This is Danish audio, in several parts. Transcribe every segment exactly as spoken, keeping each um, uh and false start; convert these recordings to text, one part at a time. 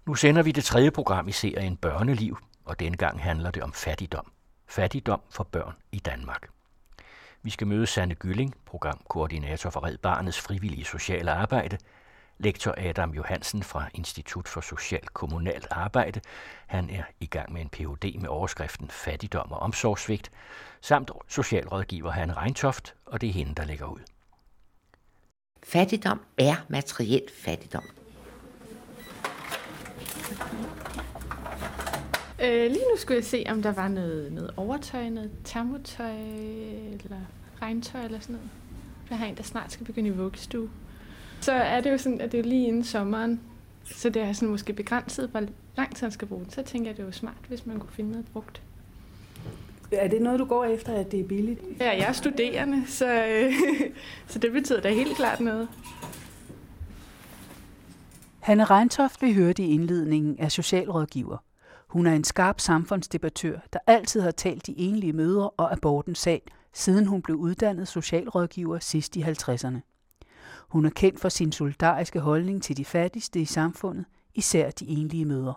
Nu sender vi det tredje program i serien Børneliv, og denne gang handler det om fattigdom. Fattigdom for børn i Danmark. Vi skal møde Sanne Gylling, programkoordinator for Red Barnets frivillige sociale arbejde, lektor Adam Johansen fra Institut for Social Kommunalt Arbejde. Han er i gang med en P H D med overskriften Fattigdom og omsorgssvigt, samt socialrådgiver Hanne Reintoft, og det er hende, der lægger ud. Fattigdom er materiel fattigdom. Øh, lige nu skulle jeg se, om der var noget, noget overtøj, noget termotøj eller regntøj eller sådan noget. Jeg har en, der snart skal begynde i vuggestue. Så er det jo sådan, at det er lige inden sommeren, så det er sådan måske begrænset, hvor lang tid man skal bruge den. Så tænker jeg, at det er jo smart, hvis man kunne finde noget brugt. Er det noget, du går efter, at det er billigt? Ja, jeg er studerende, så, øh, så det betyder da helt klart noget. Hanne Reintoft, vi hørte i indledningen, er socialrådgiver. Hun er en skarp samfundsdebattør, der altid har talt de enlige mødre og abortens sag, siden hun blev uddannet socialrådgiver sidst i halvtredserne. Hun er kendt for sin solidariske holdning til de fattigste i samfundet, især de enlige mødre.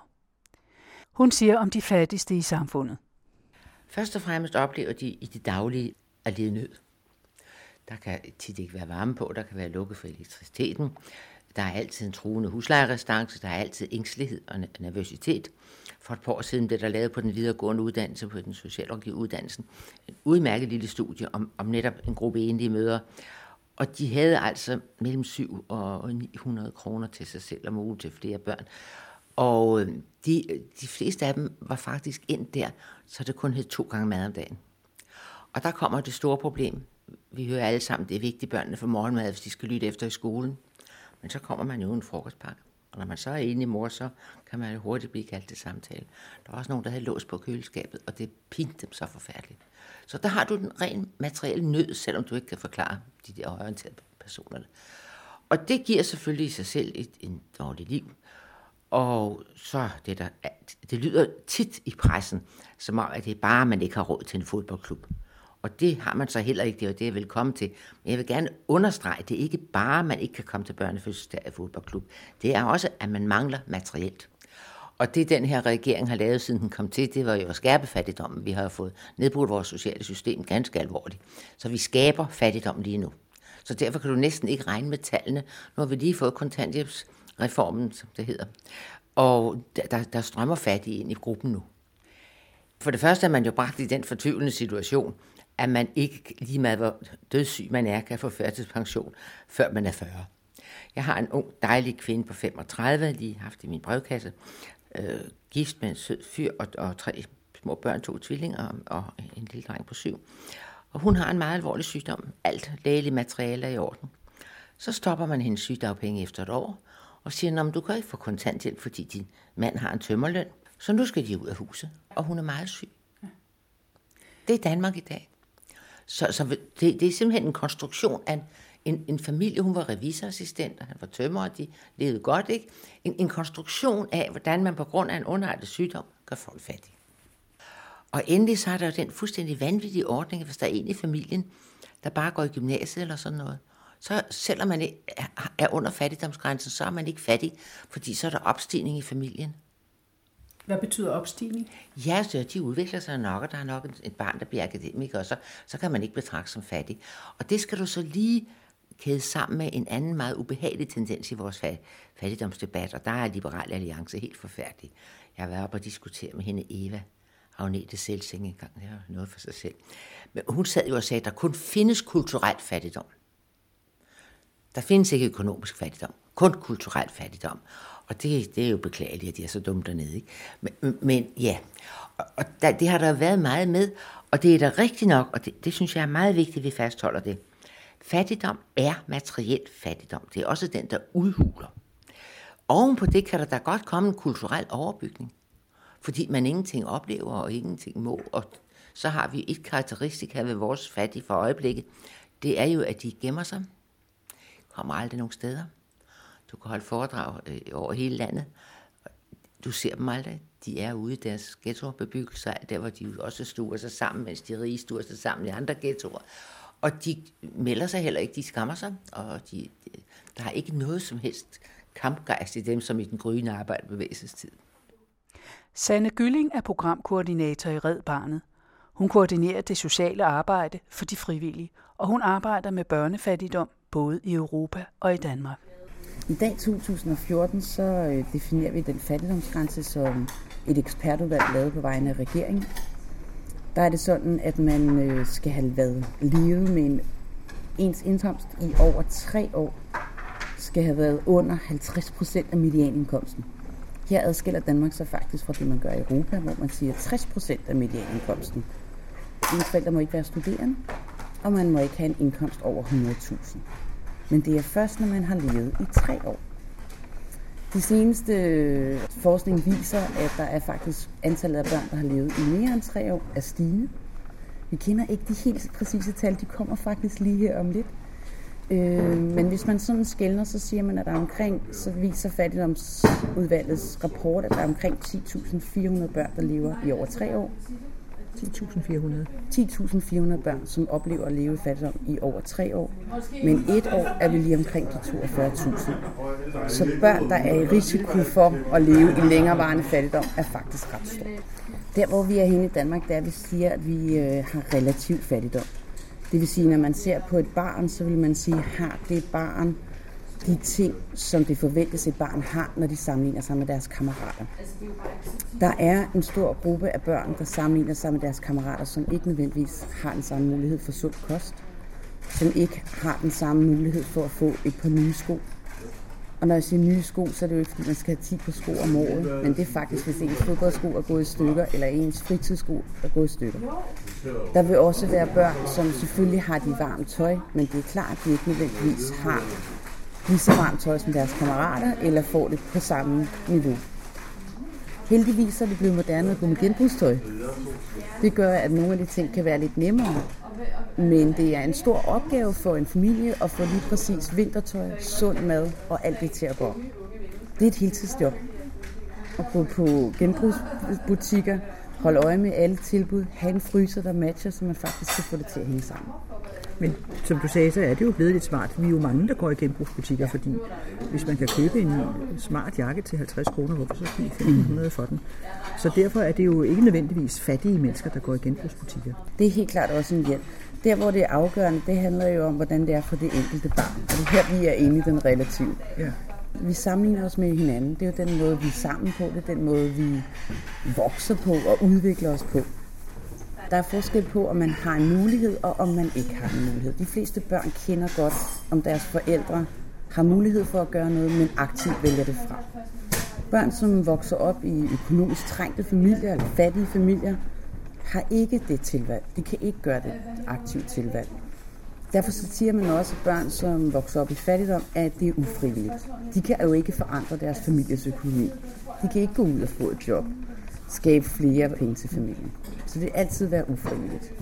Hun siger om de fattigste i samfundet. Først og fremmest oplever de i det daglige at lide nød. Der kan tit ikke være varme på, der kan være lukket for elektriciteten. Der er altid en truende huslejerestance, der er altid ængstelighed og nervøsitet. For et par år siden blev der lavet på den videregående uddannelse, på den socialrådgiveruddannelsen, en udmærket lille studie om, om netop en gruppe enlige mødre. Og de havde altså mellem syv og ni hundrede kroner til sig selv om ugen til flere børn. Og de, de fleste af dem var faktisk ind der, så det kun hed to gange mad om dagen. Og der kommer det store problem. Vi hører alle sammen, det er vigtigt børnene for morgenmad, hvis de skal lytte efter i skolen. Men så kommer man jo uden frokostpakke. Og når man så er enig mor, så kan man jo hurtigt blive kaldt til samtale. Der var også nogen, der havde låst på køleskabet, og det pinte dem så forfærdeligt. Så der har du den ren materielle nød, selvom du ikke kan forklare de der højorienterede personer. Og det giver selvfølgelig i sig selv et en dårligt liv. Og så det der, det lyder tit i pressen, som om, at det er bare, man ikke har råd til en fodboldklub. Og det har man så heller ikke, det er det, jeg vil komme til. Men jeg vil gerne understrege, at det ikke bare, man ikke kan komme til børnefødselsdag i fodboldklub. Det er også, at man mangler materielt. Og det, den her regering har lavet, siden den kom til, det var jo at skærpe fattigdommen. Vi har jo fået nedbrudt vores sociale system ganske alvorligt. Så vi skaber fattigdom lige nu. Så derfor kan du næsten ikke regne med tallene. Nu har vi lige fået kontanthjælpsreformen, som det hedder. Og der, der strømmer fattige ind i gruppen nu. For det første er man jo bragt i den fortvivlende situation, at man ikke lige meget hvor dødssyg man er, kan få førtidspension, før man er fyrre. Jeg har en ung, dejlig kvinde på femogtredive, lige haft i min brevkasse, øh, gift med en sød fyr og, og tre små børn, to tvillinger og en lille dreng på syv. Og hun har en meget alvorlig sygdom. Alt lægeligt materiale er i orden. Så stopper man hendes sygedagpenge efter et år og siger, at du kan ikke få kontanthjælp, fordi din mand har en tømmerløn, så nu skal de ud af huset. Og hun er meget syg. Det er Danmark i dag. Så, så det, det er simpelthen en konstruktion af en, en, en familie. Hun var revisorassistent, og han var tømrer, og de levede godt, ikke? En, en konstruktion af, hvordan man på grund af en underartet sygdom gør folk fattige. Og endelig så er der jo den fuldstændig vanvittige ordning, hvis der er en i familien, der bare går i gymnasiet eller sådan noget. Så selvom man er under fattigdomsgrænsen, så er man ikke fattig, fordi så er der opstigning i familien. Hvad betyder opstigning? Ja, så de udvikler sig nok, og der er nok et barn, der bliver akademiker, og så, så kan man ikke betragte som fattig. Og det skal du så lige kæde sammen med en anden meget ubehagelig tendens i vores fattigdomsdebat, og der er Liberal Alliance helt forfærdelig. Jeg har været oppe og diskutere med hende Eva Agnete Selsing engang, det var noget for sig selv. Men hun sad jo og sagde, at der kun findes kulturel fattigdom. Der findes ikke økonomisk fattigdom, kun kulturel fattigdom. Og det, det er jo beklageligt, at de er så dumme dernede, ikke? Men, men ja, og, og der, det har der været meget med, og det er da rigtigt nok, og det, det synes jeg er meget vigtigt, at vi fastholder det. Fattigdom er materiel fattigdom. Det er også den, der udhuler. Ovenpå det kan der da godt komme en kulturel overbygning, fordi man ingenting oplever og ingenting må, og så har vi et karakteristik her ved vores fattige for øjeblikket. Det er jo, at de gemmer sig, kommer aldrig nogen steder. Du kan holde foredrag øh, over hele landet. Du ser dem aldrig. De er ude i deres ghettobebyggelser, der hvor de også stuer sig sammen, mens de rige stuer sig sammen i andre ghettoer. Og de melder sig heller ikke, de skammer sig, og de, de, der er ikke noget som helst kampgejst i dem, som i den gryende arbejderbevægelsestid. Sanne Gylling er programkoordinator i Red Barnet. Hun koordinerer det sociale arbejde for de frivillige, og hun arbejder med børnefattigdom både i Europa og i Danmark. I dag to tusind og fjorten så definerer vi den fattigdomsgrænse, som et ekspertudvalg lavede på vegne af regeringen. Der er det sådan, at man skal have været levet med en ens indkomst i over tre år, skal have været under halvtreds procent af medianindkomsten. Her adskiller Danmark sig faktisk fra det, man gør i Europa, hvor man siger tres procent af medianindkomsten. Ens forældre må ikke være studerende, og man må ikke have en indkomst over hundrede tusind. Men det er først, når man har levet i tre år. De seneste forskning viser, at der er faktisk antallet af børn, der har levet i mere end tre år, er stigende. Vi kender ikke de helt præcise tal, de kommer faktisk lige her om lidt. Øh, men hvis man sådan skelner, så siger man, at der er omkring, så viser fattigdomsudvalgets rapport, at der er omkring ti tusind fire hundrede børn, der lever i over tre år. ti tusind fire hundrede ti tusind fire hundrede børn, som oplever at leve i fattigdom i over tre år. Men et år er vi lige omkring de toogfyrre tusind. Så børn, der er i risiko for at leve i længerevarende fattigdom, er faktisk ret stort. Der, hvor vi er henne i Danmark, der vi siger, at vi øh, har relativ fattigdom. Det vil sige, når man ser på et barn, så vil man sige, har det barn de ting, som det forventes et barn har, når de sammenligner sig med deres kammerater. Der er en stor gruppe af børn, der sammenligner sig med deres kammerater, som ikke nødvendigvis har den samme mulighed for sund kost, som ikke har den samme mulighed for at få et par nye sko. Og når jeg siger nye sko, så er det jo ikke, fordi man skal have ti par sko om året, men det er faktisk, hvis ens fodboldsko er gået i stykker, eller ens fritidssko er gået i stykker. Der vil også være børn, som selvfølgelig har de varmt tøj, men det er klart, at de ikke nødvendigvis har lige så varmt tøj som deres kammerater, eller får det på samme niveau. Heldigvis er det blevet moderne at gå med genbrugstøj. Det gør, at nogle af de ting kan være lidt nemmere. Men det er en stor opgave for en familie at få lige præcis vintertøj, sund mad og alt det til at gå op. Det er et heltidsjob. At gå på genbrugsbutikker, holde øje med alle tilbud, have en fryser, der matcher, så man faktisk kan få det til at hænge sammen. Men som du sagde, så er det jo blevet lidt smart. Vi er jo mange, der går i genbrugsbutikker, fordi hvis man kan købe en smart jakke til halvtreds kroner, hvorfor så giver femten hundrede for den? Så derfor er det jo ikke nødvendigvis fattige mennesker, der går i genbrugsbutikker. Det er helt klart også en hjælp. Der, hvor det er afgørende, det handler jo om, hvordan det er for det enkelte barn. Og det er her, vi er inde i den relative. Ja. Vi sammenligner os med hinanden. Det er jo den måde, vi er sammen på. Det er den måde, vi vokser på og udvikler os på. Der er forskel på, om man har en mulighed, og om man ikke har en mulighed. De fleste børn kender godt, om deres forældre har mulighed for at gøre noget, men aktivt vælger det fra. Børn, som vokser op i økonomisk trængte familier eller fattige familier, har ikke det tilvalg. De kan ikke gøre det aktivt tilvalg. Derfor så siger man også, at børn, som vokser op i fattigdom, at det er ufrivilligt. De kan jo ikke forandre deres families økonomi. De kan ikke gå ud og få et job, skabe flere penge til familien. Så det vil altid være ufrivilligt.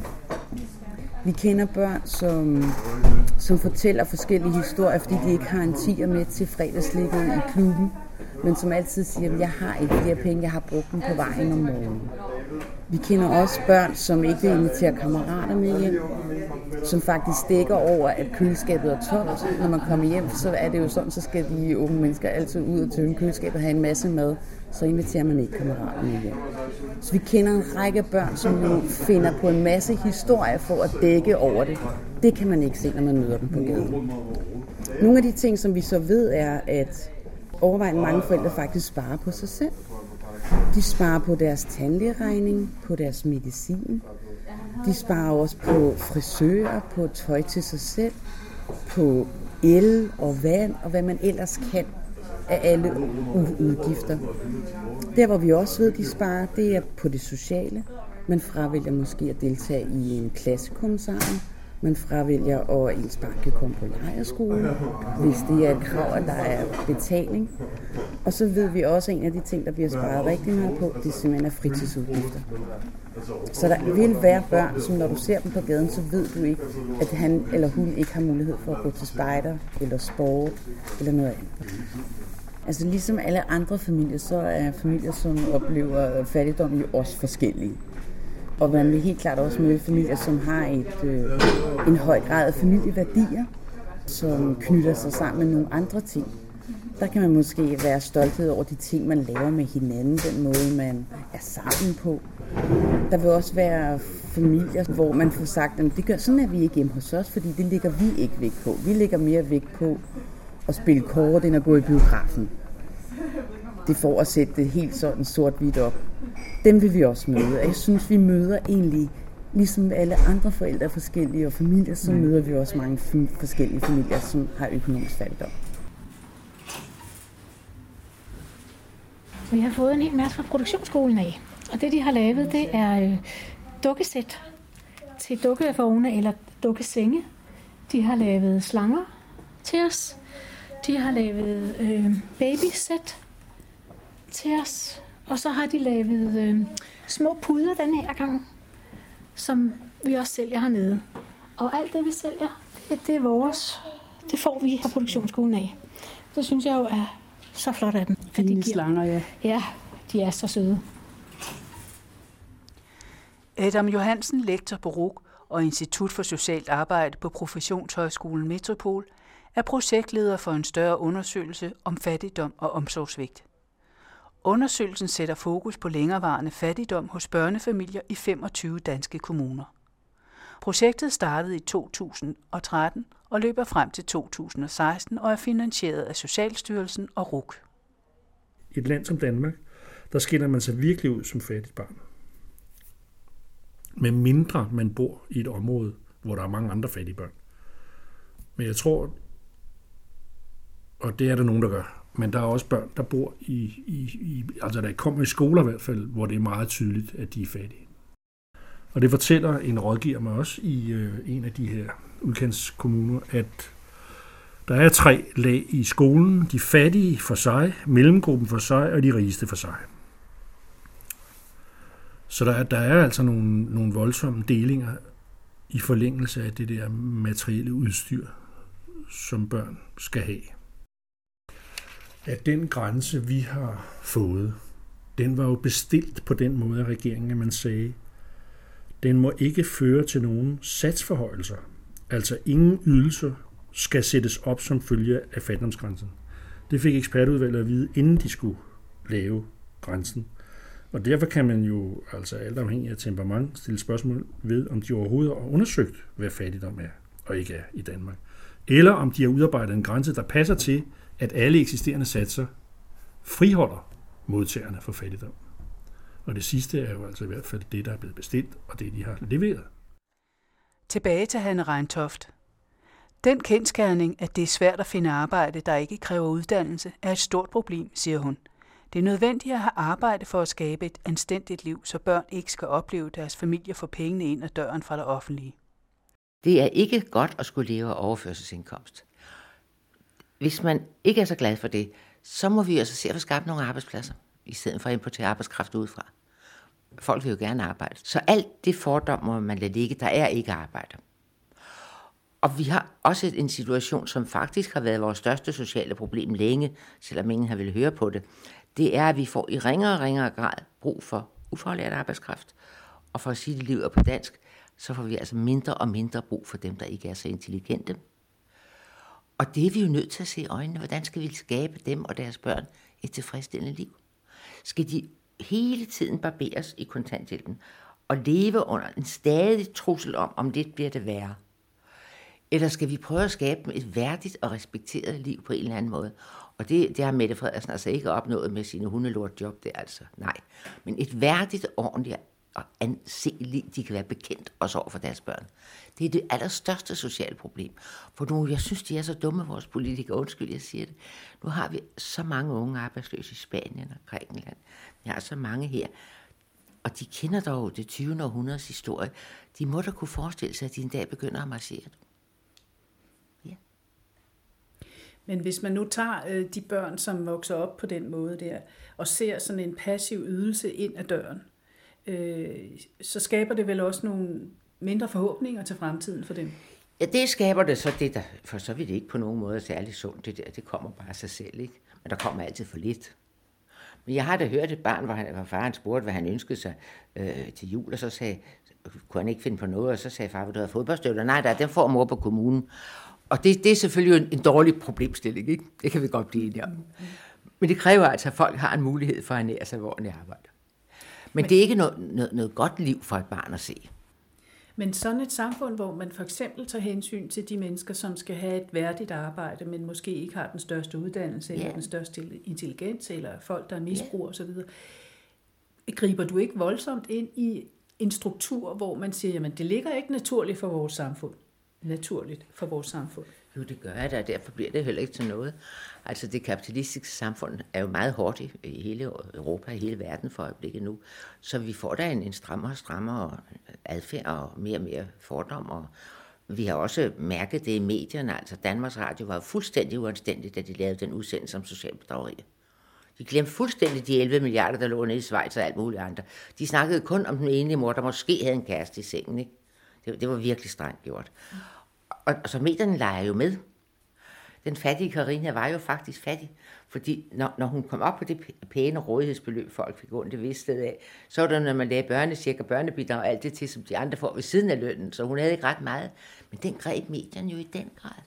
Vi kender børn, som, som fortæller forskellige historier, fordi de ikke har en tier med til fredagsligget i klubben, men som altid siger, at jeg har ikke flere penge, jeg har brugt dem på vejen om morgenen. Vi kender også børn, som ikke vil invitere kammerater med hjem, som faktisk dækker over, at køleskabet er tomt. Når man kommer hjem, så er det jo sådan, så skal de unge mennesker altid ud og tømme køleskabet og have en masse mad, så inviterer man ikke kammerater med hjem. Så vi kender en række børn, som jo finder på en masse historier for at dække over det. Det kan man ikke se, når man møder dem på gaden. Nogle af de ting, som vi så ved, er, at overvejende mange forældre faktisk sparer på sig selv. De sparer på deres tandlægeregning, på deres medicin. De sparer også på frisører, på tøj til sig selv, på el og vand og hvad man ellers kan af alle udgifter. Der, hvor vi også ved, de sparer, det er på det sociale. Man fravælger måske at deltage i en klassekommissaren. Man fravælger, at ens barn kan komme på lejrskole, hvis det er et krav, at der er betaling. Og så ved vi også, at en af de ting, der bliver sparet rigtig meget på, det er simpelthen er fritidsudgifter. Så der vil være børn, som når du ser dem på gaden, så ved du ikke, at han eller hun ikke har mulighed for at gå til spejder, eller sport, eller noget andet. Altså ligesom alle andre familier, så er familier, som oplever fattigdom, jo også forskellige. Og man vil helt klart også møde familier, som har et, øh, en høj grad af familieværdier, som knytter sig sammen med nogle andre ting. Der kan man måske være stolthed over de ting, man laver med hinanden, den måde, man er sammen på. Der vil også være familier, hvor man får sagt, at det gør, sådan er vi ikke hjemme hos os, fordi det lægger vi ikke vægt på. Vi lægger mere vægt på at spille kort, end at gå i biografen. Det får at sætte det helt sådan sort-hvidt op. Dem vil vi også møde. Jeg synes, vi møder egentlig, ligesom alle andre forældre forskellige og familier, så møder vi også mange forskellige familier, som har økonomisk fattigdom. Vi har fået en hel masse fra produktionsskolen af, og det de har lavet, det er øh, dukkesæt til dukkevogne eller dukkesenge. De har lavet slanger til os. De har lavet øh, babysæt til os. Og så har de lavet øh, små puder den her gang, som vi også sælger hernede. Og alt det, vi sælger, det, det er vores. Det får vi fra produktionsskolen af. Det synes jeg jo er så flot af dem. Fine de slanger, ja. Ja, de er så søde. Adam Johansen, lektor på R U C og Institut for Socialt Arbejde på Professionshøjskolen Metropol, er projektleder for en større undersøgelse om fattigdom og omsorgssvigt. Undersøgelsen sætter fokus på længerevarende fattigdom hos børnefamilier i femogtyve danske kommuner. Projektet startede i to tusind og tretten og løber frem til to tusind og seksten og er finansieret af Socialstyrelsen og R U C. I et land som Danmark, der skiller man sig virkelig ud som fattigt barn. Med mindre man bor i et område, hvor der er mange andre fattige børn. Men jeg tror, og det er der nogen, der gør, men der er også børn, der bor i, i, i altså der kommer i skoler i hvert fald, hvor det er meget tydeligt, at de er fattige. Og det fortæller en rådgiver mig også i øh, en af de her udkantskommuner, at der er tre lag i skolen. De fattige for sig, mellemgruppen for sig og de rigeste for sig. Så der er, der er altså nogle, nogle voldsomme delinger i forlængelse af det der materielle udstyr, som børn skal have. At den grænse, vi har fået, den var jo bestilt på den måde af regeringen, at man sagde, den må ikke føre til nogen satsforhøjelser. Altså ingen ydelser skal sættes op som følge af fattigdomsgrænsen. Det fik ekspertudvalget at vide, inden de skulle lave grænsen. Og derfor kan man jo, altså alt afhængig af temperament, stille spørgsmål ved, om de overhovedet har undersøgt, hvad fattigdom er og ikke er i Danmark. Eller om de har udarbejdet en grænse, der passer til, at alle eksisterende satser friholder modtagerne for fattigdom. Og det sidste er jo altså i hvert fald det, der er blevet bestilt, og det, de har leveret. Tilbage til Hanne Reintoft. Den kendsgerning, at det er svært at finde arbejde, der ikke kræver uddannelse, er et stort problem, siger hun. Det er nødvendigt at have arbejde for at skabe et anstændigt liv, så børn ikke skal opleve deres familie få pengene ind ad døren fra det offentlige. Det er ikke godt at skulle leve af overførselsindkomst. Hvis man ikke er så glad for det, så må vi altså se at få skabt nogle arbejdspladser, i stedet for at importere arbejdskraft udefra. Folk vil jo gerne arbejde. Så alt det fordom må man lade ligge, der er ikke arbejde. Og vi har også en situation, som faktisk har været vores største sociale problem længe, selvom ingen har ville høre på det. Det er, at vi får i ringere og ringere grad brug for ufaglært arbejdskraft. Og for at sige det livet på dansk, så får vi altså mindre og mindre brug for dem, der ikke er så intelligente. Og det er vi jo nødt til at se i øjnene. Hvordan skal vi skabe dem og deres børn et tilfredsstillende liv? Skal de hele tiden barberes i kontanthjælpen og leve under en stadig trussel om, om lidt bliver det værre? Eller skal vi prøve at skabe dem et værdigt og respekteret liv på en eller anden måde? Og det, det har Mette Frederiksen altså ikke opnået med sine hundelortjob, det er altså nej. Men et værdigt, ordentligt og anseligt liv, de kan være bekendt også over for deres børn. Det er det allerstørste sociale problem. For nu, jeg synes, de er så dumme, vores politikere. Undskyld, jeg siger det. Nu har vi så mange unge arbejdsløse i Spanien og Grækenland. Vi har så mange her. Og de kender dog det tyvende århundredes historie. De må da kunne forestille sig, at de en dag begynder at marchere. Ja. Men hvis man nu tager øh, de børn, som vokser op på den måde der, og ser sådan en passiv ydelse ind ad døren, øh, så skaber det vel også nogle mindre forhåbninger til fremtiden for dem? Ja, det skaber det så det, der for så vidt ikke på nogen måde er særlig sundt. Det der, det kommer bare af sig selv, ikke? Men der kommer altid for lidt. Men jeg har da hørt et barn, hvor, han, hvor faren spurgte, hvad han ønskede sig øh, til jul, og så sagde, kunne han ikke finde på noget, og så sagde far, vil du have fodboldstøvler? Nej, der, den får mor på kommunen. Og det, det er selvfølgelig en, en dårlig problemstilling, ikke? Det kan vi godt blive enige om. Men det kræver altså, at folk har en mulighed for at ernære sig, hvor de arbejder. Men, Men det er ikke noget, noget, noget godt liv for et barn at se. Men sådan et samfund, hvor man for eksempel tager hensyn til de mennesker, som skal have et værdigt arbejde, men måske ikke har den største uddannelse, ja. eller den største intelligens, eller folk, der er misbrugere osv., griber du ikke voldsomt ind i en struktur, hvor man siger, jamen det ligger ikke naturligt for vores samfund. Naturligt for vores samfund. Jo, det gør jeg da, og derfor bliver det heller ikke til noget. Altså det kapitalistiske samfund er jo meget hårdt i, i hele Europa, i hele verden for øjeblikket nu. Så vi får da en, en strammere og strammere adfærd og mere og mere fordom. Og vi har også mærket det i medierne. Altså Danmarks Radio var fuldstændig uanstændigt, da de lavede den udsendelse om social bedrageri. De glemte fuldstændig de elleve milliarder, der lå nede i Schweiz og alt muligt andre. De snakkede kun om den enlige mor, der måske havde en kæreste i sengen. Ikke? Det, det var virkelig strengt gjort. Og, og så medierne leger jo med. Den fattige Karina var jo faktisk fattig, fordi når, når hun kom op på det pæne rådighedsbeløb, folk fik ondt det vist sted af, så var det, når man lagde børnecheck og børnebidrag og alt det til, som de andre får ved siden af lønnen, så hun havde ikke ret meget. Men den greb medierne jo i den grad.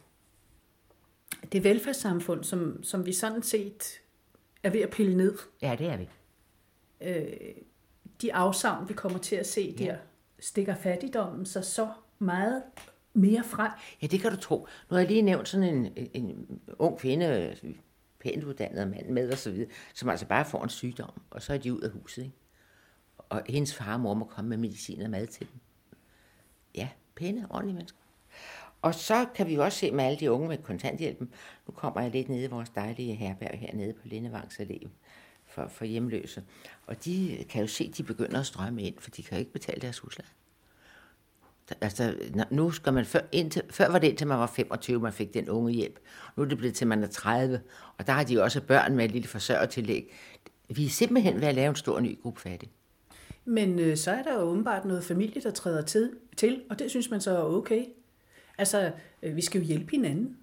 Det velfærdssamfund, som, som vi sådan set er ved at pille ned. Ja, det er vi. Øh, de afsavn, vi kommer til at se der, ja. stikker fattigdommen så så meget mere frem. Ja, det kan du tro. Nu har jeg lige nævnt sådan en, en ung kvinde, pænt uddannet mand med og så videre, som altså bare får en sygdom, og så er de ud af huset, ikke? Og hendes far og mor må komme med medicin og mad til dem. Ja, pæne, ordentlige mennesker. Og så kan vi jo også se med alle de unge med kontanthjælpen. Nu kommer jeg lidt nede i vores dejlige herberg hernede på Lindevangs Allé for, for hjemløse. Og de kan jo se, at de begynder at strømme ind, for de kan jo ikke betale deres husleje. Altså, nu skal man før, indtil, før var det indtil man var femogtyve, man fik den unge hjælp. Nu er det blevet til man er tredive, og der har de også børn med et lille forsørgertillæg. Vi er simpelthen ved at lave en stor ny gruppe fattige. Men øh, så er der jo åbenbart noget familie, der træder til, til, og det synes man så er okay. Altså, øh, vi skal jo hjælpe hinanden.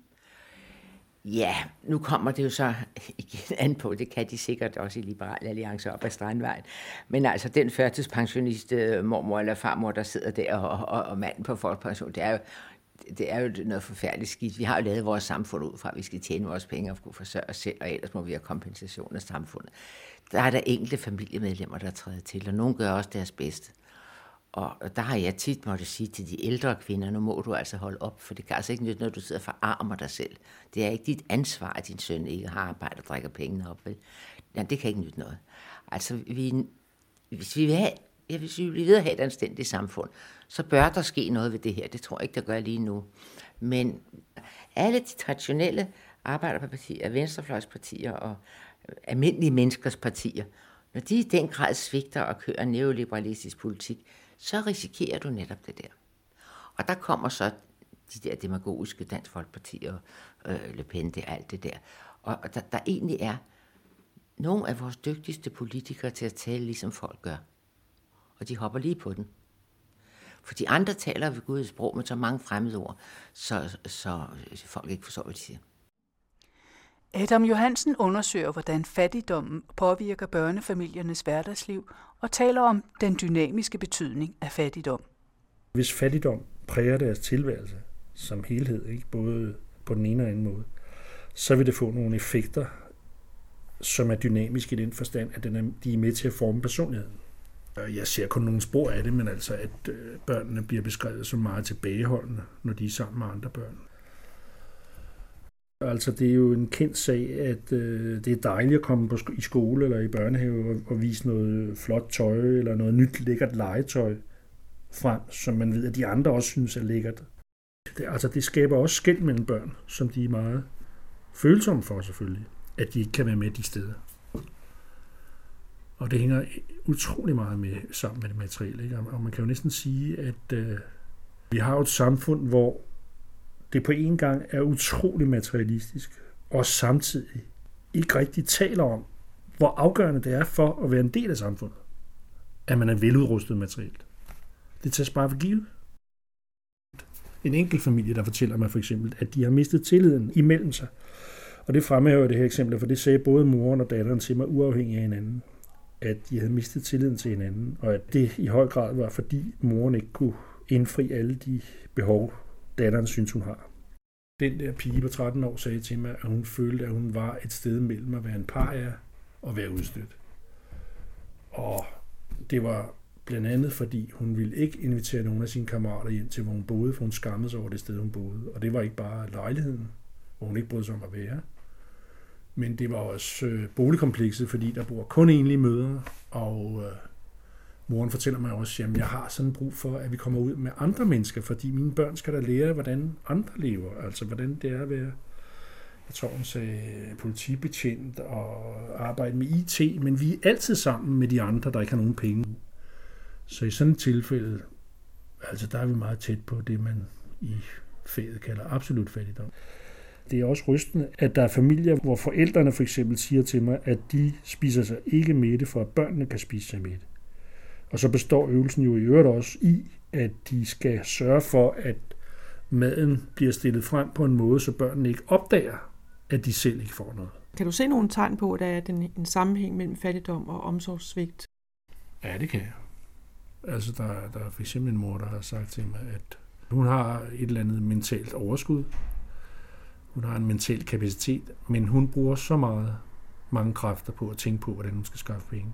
Ja, nu kommer det jo så igen an på, det kan de sikkert også i Liberal Alliance op ad Strandvejen. Men altså, den førtidspensionist, mormor eller farmor, der sidder der, og, og, og manden på folkepension, det er jo, det er jo noget forfærdeligt skidt. Vi har jo lavet vores samfund ud fra, at vi skal tjene vores penge og kunne forsørge os selv, og ellers må vi have kompensation af samfundet. Der er der enkelte familiemedlemmer, der træder til, og nogen gør også deres bedste. Og der har jeg tit måtte sige til de ældre kvinder, nu må du altså holde op, for det kan altså ikke nytte, når du sidder og forarmer dig selv. Det er ikke dit ansvar, at din søn ikke har arbejde og drikker pengene op, vel? Ja, det kan ikke nytte noget. Altså, vi, hvis vi vil have, ja, hvis vi vil ved at have et anstændigt samfund, så bør der ske noget ved det her. Det tror jeg ikke, der gør lige nu. Men alle de traditionelle arbejderpartier, venstrefløjspartier og almindelige menneskers partier, når de i den grad svigter og kører neoliberalistisk politik, så risikerer du netop det der. Og der kommer så de der demagogiske Dansk Folkeparti og øh, Le Pen, det alt det der. Og der, der egentlig er nogle af vores dygtigste politikere til at tale, ligesom folk gør. Og de hopper lige på den. For de andre taler ved Guds sprog med så mange fremmedord, så, så folk ikke forstår, hvad de siger. Adam Johansen undersøger, hvordan fattigdommen påvirker børnefamiliernes hverdagsliv og taler om den dynamiske betydning af fattigdom. Hvis fattigdom præger deres tilværelse som helhed, ikke både på den ene og anden måde, så vil det få nogle effekter, som er dynamiske i den forstand, at de er med til at forme personligheden. Jeg ser kun nogle spor af det, men altså, at børnene bliver beskrevet som meget tilbageholdende, når de er sammen med andre børn. Altså, det er jo en kendt sag, at øh, det er dejligt at komme på sk- i skole eller i børnehave og, og vise noget flot tøj eller noget nyt lækkert legetøj frem, som man ved, at de andre også synes er lækkert. Det, altså, det skaber også skel mellem børn, som de er meget følsomme for selvfølgelig, at de ikke kan være med de steder. Og det hænger utrolig meget med sammen med det materielle, ikke? Og man kan jo næsten sige, at øh, vi har et samfund, hvor det på en gang er utrolig materialistisk, og samtidig ikke rigtig taler om, hvor afgørende det er for at være en del af samfundet, at man er veludrustet materielt. Det tages bare for givet. En enkelt familie, der fortæller mig for eksempel, at de har mistet tilliden imellem sig. Og det fremhæver det her eksempel, for det sagde både moren og datteren til mig uafhængig af hinanden, at de havde mistet tilliden til hinanden, og at det i høj grad var, fordi moren ikke kunne indfri alle de behov, datteren synes, hun har. Den der pige på tretten år sagde til mig, at hun følte, at hun var et sted mellem at være en paria og være udstødt. Og det var blandt andet, fordi hun ville ikke invitere nogen af sine kammerater hjem til, hvor hun boede, for hun skammede sig over det sted, hun boede. Og det var ikke bare lejligheden, hvor hun ikke brød sig om at være. Men det var også øh, boligkomplekset, fordi der bor kun enlige mødre, og øh, moren fortæller mig også, at jeg har sådan brug for, at vi kommer ud med andre mennesker, fordi mine børn skal da lære, hvordan andre lever, altså hvordan det er at være, jeg tror hun sagde, politibetjent og arbejde med I T, men vi er altid sammen med de andre, der ikke har nogen penge. Så i sådan et tilfælde, altså der er vi meget tæt på det, man i faget kalder absolut fattigdom. Det er også rystende, at der er familier, hvor forældrene for eksempel siger til mig, at de spiser sig ikke mætte, for at børnene kan spise sig mætte. Og så består øvelsen jo i øvrigt også i, at de skal sørge for, at maden bliver stillet frem på en måde, så børnene ikke opdager, at de selv ikke får noget. Kan du se nogle tegn på, at der er en sammenhæng mellem fattigdom og omsorgssvigt? Ja, det kan jeg. Altså, der, der er for eksempel en mor, der har sagt til mig, at hun har et eller andet mentalt overskud. Hun har en mental kapacitet, men hun bruger så meget mange kræfter på at tænke på, hvordan hun skal skaffe penge,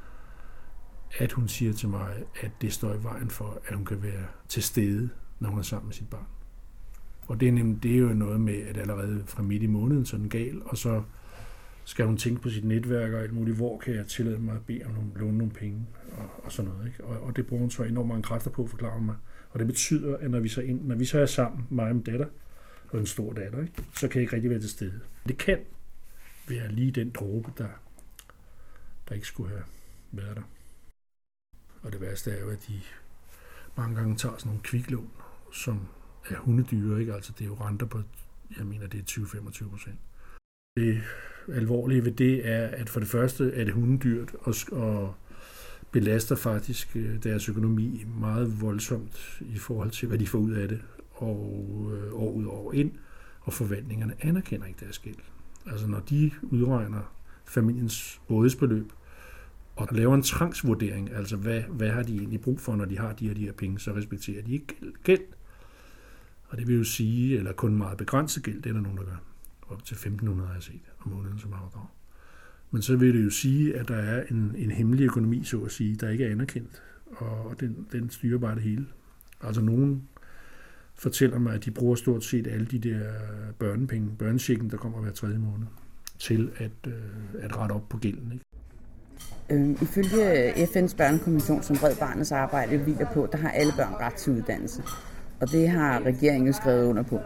at hun siger til mig, at det står i vejen for, at hun kan være til stede, når hun er sammen med sit barn. Og det er, nemlig, det er jo noget med, at allerede fra midt i måneden, så er den gal, og så skal hun tænke på sit netværk og alt muligt, hvor kan jeg tillade mig at bede om nogle, låne nogle penge og, og sådan noget. Ikke? Og, og det bruger hun så enormt mange kræfter på, forklarer mig. Og det betyder, at når vi så, ind, når vi så er sammen, mig og min datter, og en stor datter, ikke? Så kan jeg ikke rigtig være til stede. Det kan være lige den dråbe, der, der ikke skulle have været der. Og det værste er jo, at de mange gange tager sådan nogle kviklån, som er hundedyre, ikke? Altså det er jo renter på, jeg mener, det er tyve til femogtyve procent. Det alvorlige ved det er, at for det første er det hundedyrt, og, og belaster faktisk deres økonomi meget voldsomt i forhold til, hvad de får ud af det, og øh, år ud og år ind, og forvaltningerne anerkender ikke deres gæld. Altså når de udregner familiens rådighedsbeløb, og laver en trangsvurdering, altså hvad, hvad har de egentlig brug for, når de har de her, de her penge, så respekterer de ikke gæld. gæld. Og det vil jo sige, eller kun meget begrænset gæld, det er der nogen, der gør. Op til femten hundrede har jeg set om måneden som afdrag. Men så vil det jo sige, at der er en, en hemmelig økonomi, så at sige, der ikke er anerkendt, og den, den styrer bare det hele. Altså nogen fortæller mig, at de bruger stort set alle de der børnepenge, børnechecken, der kommer hver tredje måned, til at, øh, at rette op på gælden. Ikke? Øhm, ifølge F N's børnekonvention, som Red Barnets arbejde hviler på, der har alle børn ret til uddannelse. Og det har regeringen skrevet under på.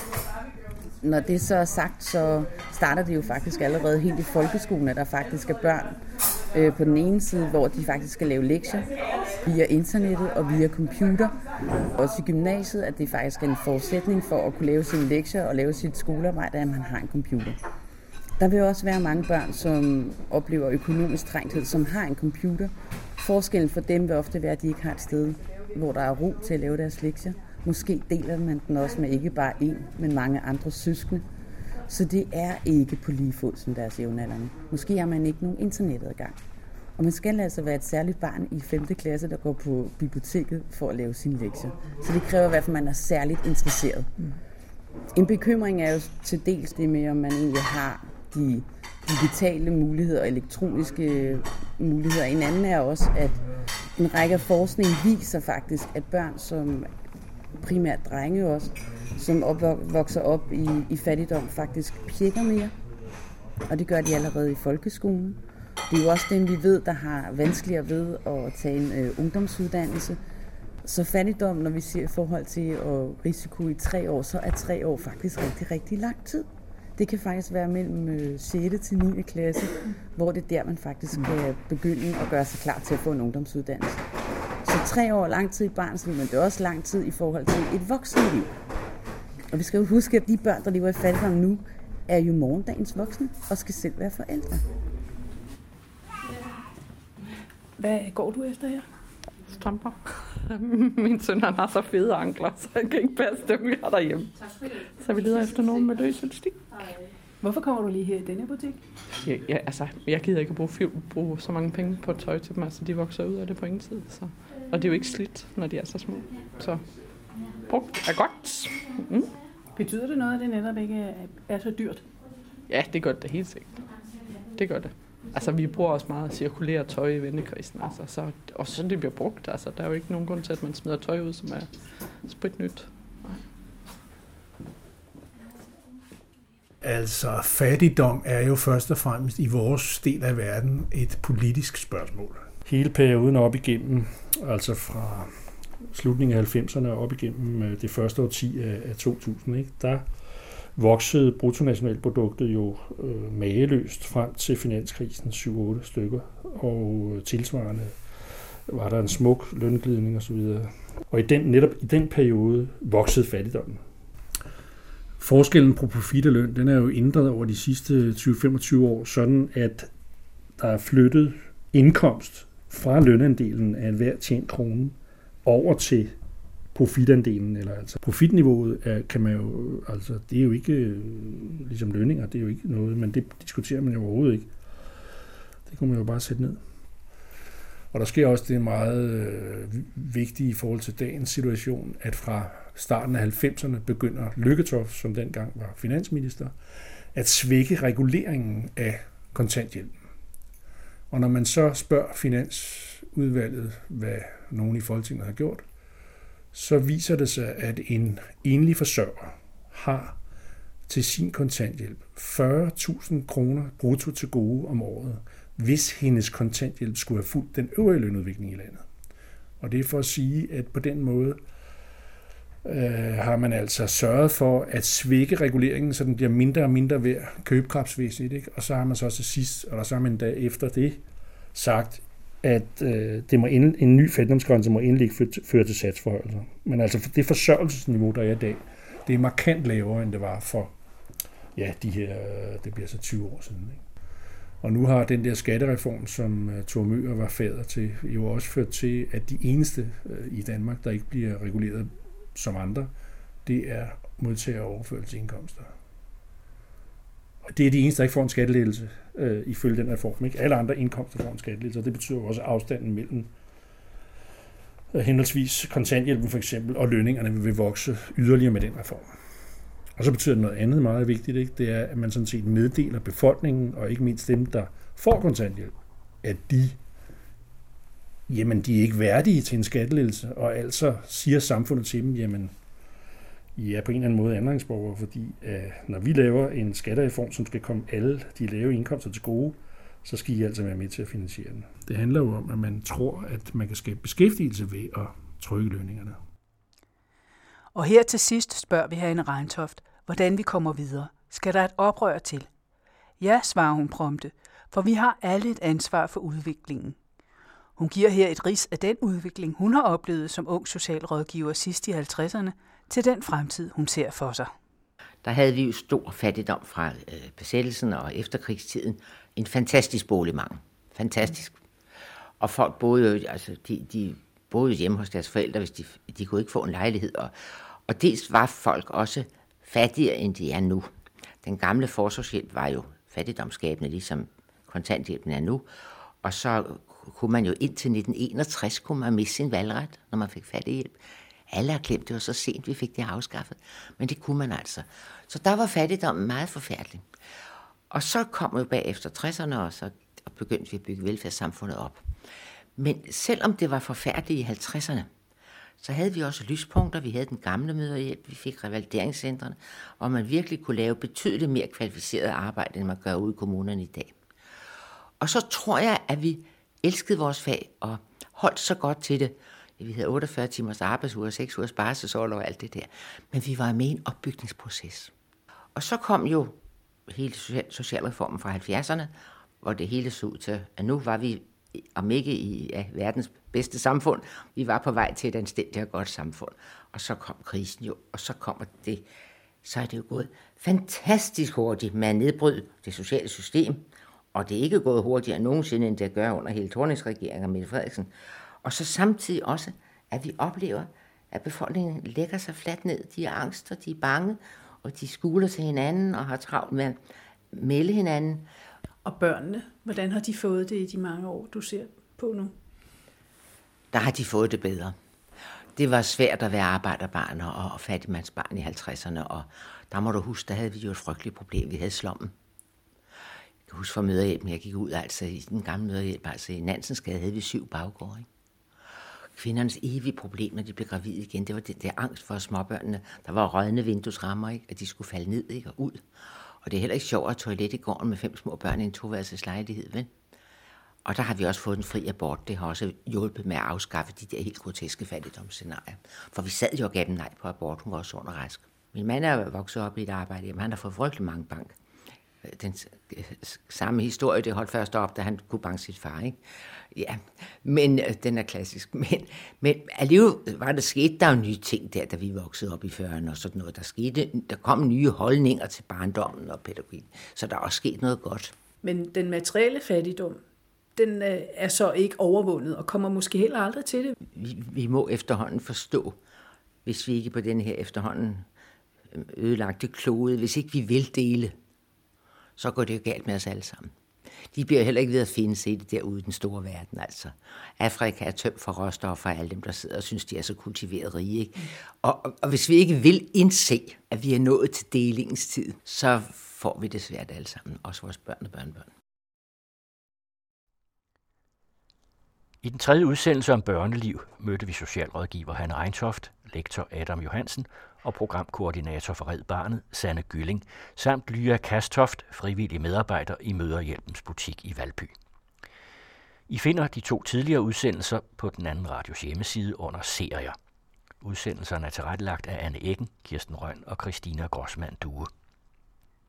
Når det så er sagt, så starter det jo faktisk allerede helt i folkeskolen, at der faktisk er børn øh, på den ene side, hvor de faktisk skal lave lektier via internettet og via computer. Også i gymnasiet, at det faktisk er en forudsætning for at kunne lave sine lektier og lave sit skolearbejde, at man har en computer. Der vil også være mange børn, som oplever økonomisk trængthed, som har en computer. Forskellen for dem vil ofte være, at de ikke har et sted, hvor der er ro til at lave deres lektier. Måske deler man den også med ikke bare én, men mange andre søskende. Så det er ikke på lige fod som deres jævnaldrende. Måske har man ikke nogen internetadgang. Og man skal altså være et særligt barn i femte klasse, der går på biblioteket for at lave sine lektier. Så det kræver i hvert fald, at man er særligt interesseret. En bekymring er jo til dels det med, om man egentlig har de digitale muligheder og elektroniske muligheder. En anden er også, at en række af forskning viser faktisk, at børn, som primært drenge også, som vokser op i, i fattigdom, faktisk pjekker mere. Og det gør de allerede i folkeskolen. Det er jo også dem, vi ved, der har vanskeligere ved at tage en øh, ungdomsuddannelse. Så fattigdom, når vi ser i forhold til at risiko i tre år, så er tre år faktisk rigtig, rigtig lang tid. Det kan faktisk være mellem sjette til niende klasse, hvor det er der, man faktisk kan begynde at gøre sig klar til at få en ungdomsuddannelse. Så tre år er lang tid i barns liv, men det er også lang tid i forhold til et voksenliv. Og vi skal jo huske, at de børn, der lever i fattigdom nu, er jo morgendagens voksne og skal selv være forældre. Hvad går du efter her? Strømper. Min søn han har så fede ankler, så han kan ikke passe dem, vi har derhjemme. Så vi leder efter nogen med løs elastik. Hvorfor kommer du lige her i denne butik? Ja, ja, altså, jeg gider ikke at bruge, bruge så mange penge på tøj til dem, altså de vokser ud af det på ingen tid. Så. Og det er jo ikke slidt, når de er så små. Så brugt er godt. Mm. Betyder det noget, at det netop ikke er så dyrt? Ja, det gør det helt sikkert. Det gør det. Altså, vi bruger også meget cirkulære tøj i vennekrisen, altså, så, og så det bliver brugt. Altså, der er jo ikke nogen grund til, at man smider tøj ud, som er spritnyt. Nej. Altså, fattigdom er jo først og fremmest i vores del af verden et politisk spørgsmål. Hele perioden op igennem, altså fra slutningen af halvfemserne og op igennem det første årti af to tusind, ikke, der voksede bruttonationalproduktet jo øh, mageløst frem til finanskrisen, syv otte stykker, og tilsvarende var der en smuk lønglidning osv. Og i den, netop i den periode voksede fattigdommen. Forskellen på profit og løn, den er jo ændret over de sidste tyve til femogtyve år, sådan at der er flyttet indkomst fra lønandelen af hver tjent krone over til profitandelen, eller altså profitniveauet er, kan man jo, altså det er jo ikke øh, ligesom lønninger, det er jo ikke noget, men det diskuterer man jo overhovedet ikke. Det kunne man jo bare sætte ned. Og der sker også det meget øh, vigtige i forhold til dagens situation, at fra starten af halvfemserne begynder Lykketoft, som dengang var finansminister, at svække reguleringen af kontanthjælpen. Og når man så spørger Finansudvalget, hvad nogen i Folketinget har gjort, så viser det sig, at en enlig forsørger har til sin kontanthjælp fyrre tusind kroner brutto til gode om året, hvis hendes kontanthjælp skulle have fulgt den øvrige lønudvikling i landet. Og det er for at sige, at på den måde øh, har man altså sørget for at svække reguleringen, så den bliver mindre og mindre værd købekraftsmæssigt, ikke? Og så har man så til sidst, eller så har man da efter det sagt, at øh, det må ind, en ny fattigdomsgrænse må endelig ikke føre til satsforhøjelser. Men altså det forsørgelsesniveau, der er i dag, det er markant lavere, end det var for, ja, de her, det bliver så tyve år siden, ikke? Og nu har den der skattereform, som uh, Thor Møger var fader til, jo også ført til, at de eneste uh, i Danmark, der ikke bliver reguleret som andre, det er modtager overførselsindkomster. Og det er de eneste, der ikke får en skattelettelse uh, ifølge den reform. Ikke? Alle andre indkomster får en skattelettelse, og det betyder jo også afstanden mellem uh, henholdsvis kontanthjælpen for eksempel, og lønningerne vil vokse yderligere med den reform. Og så betyder det noget andet meget vigtigt, ikke? Det er, at man sådan set meddeler befolkningen, og ikke mindst dem, der får kontanthjælp, at de, jamen, de er ikke værdige til en skattelettelse, og altså siger samfundet til dem, jamen, I er på en eller anden måde andenrangsborgere, fordi øh, når vi laver en skattereform, som skal komme alle de lave indkomster til gode, så skal I altså være med til at finansiere den. Det handler jo om, at man tror, at man kan skabe beskæftigelse ved at trykke lønningerne. Og her til sidst spørger vi herinde Reintoft, hvordan vi kommer videre. Skal der et oprør til? Ja, svarer hun prompte, for vi har alle et ansvar for udviklingen. Hun giver her et rids af den udvikling, hun har oplevet som ung socialrådgiver sidst i halvtredserne, til den fremtid, hun ser for sig. Der havde vi jo stor fattigdom fra øh, besættelsen og efterkrigstiden. En fantastisk boligmangel. Fantastisk. Og folk boede jo, altså de, de boede hjemme hos deres forældre, hvis de, de kunne ikke få en lejlighed. Og, og dels var folk også fattigere, end de er nu. Den gamle forsorgshjælp var jo fattigdomsskabende, ligesom kontanthjælpen er nu. Og så kunne man jo indtil nitten enogtres kunne man miste sin valgret, når man fik fattighjælp. Alle har glemt, det var så sent, vi fik det afskaffet. Men det kunne man altså. Så der var fattigdommen meget forfærdelig. Og så kom jo bagefter tresserne, og så begyndte vi at bygge velfærdssamfundet op. Men selvom det var forfærdeligt i halvtredserne, så havde vi også lyspunkter. Vi havde den gamle møderhjælp, vi fik revalideringscentrene, hvor man virkelig kunne lave betydeligt mere kvalificeret arbejde, end man gør ude i kommunerne i dag. Og så tror jeg, at vi elskede vores fag og holdt så godt til det. Vi havde otteogfyrre timers arbejdsuge og seks ugers barselsorlov og alt det der. Men vi var med i en opbygningsproces. Og så kom jo hele socialreformen fra halvfjerdserne, hvor det hele så ud til, at nu var vi, om ikke i ja, verdens bedste samfund, vi var på vej til et anstændigt og godt samfund. Og så kom krisen jo, og så kommer det, så er det jo gået fantastisk hurtigt med at nedbryde det sociale system, og det er ikke gået hurtigere nogensinde, end det gør under hele Thorning-regeringen og Mette Frederiksen. Og så samtidig også, at vi oplever, at befolkningen lægger sig fladt ned. De er angst, og de er bange, og de skuler til hinanden og har travlt med at melde hinanden. Og børnene, hvordan har de fået det i de mange år, du ser på nu? Der har de fået det bedre. Det var svært at være arbejderbarn og fattigmandsbarn i halvtredserne, og der må du huske, der havde vi jo et frygteligt problem. Vi havde slummen. Jeg kan huske fra Mødrehjælpen, jeg gik ud altså i den gamle Mødrehjælp, altså i Nansensgade havde vi syv baggårde. Ikke? Kvindernes evige problem, når de blev gravide igen, det var det der angst for småbørnene. Der var rådne vinduesrammer, ikke? At de skulle falde ned, ikke? Og ud. Og det er heller ikke sjovt at toilet i gården med fem små børn i en toværelses lejlighed, vel? Og der har vi også fået en fri abort. Det har også hjulpet med at afskaffe de der helt groteske fattigdomsscenarier. For vi sad jo og gav dem nej på abort. Hun var også sund og rask. Min mand er vokset op i et arbejde, jamen han har fået frygtelig mange bank. Den samme historie, det holdt først op, da han kunne banke sit far, ikke? Ja, men den er klassisk. Men, men alligevel var der sket der jo nye ting der, da vi voksede op i fyrrerne og sådan noget. Der skete, der kom nye holdninger til barndommen og pædagogik, så der er også sket noget godt. Men den materielle fattigdom, den er så ikke overvundet og kommer måske heller aldrig til det. Vi, vi må efterhånden forstå, hvis vi ikke på den her efterhånden ødelagte klode, hvis ikke vi vil dele, så går det jo galt med os alle sammen. De bliver heller ikke ved at finde sig i det derude i den store verden, altså. Afrika er tømt for råstoffer af alle dem, der sidder og synes, de er så kultiveret rige, ikke? Og, og, og hvis vi ikke vil indse, at vi er nået til delingens tid, så får vi det svært alle sammen, også vores børn og børnebørn. I den tredje udsendelse om børneliv mødte vi socialrådgiver Hanne Reintoft, lektor Adam Johansen og programkoordinator for Red Barnet, Sanne Gylling, samt Lya Kastoft, frivillig medarbejder i Mødrehjælpens butik i Valby. I finder de to tidligere udsendelser på den anden radios hjemmeside under serier. Udsendelserne er tilrettelagt af Anne Eggen, Kirsten Røn og Christina Grossmann Due.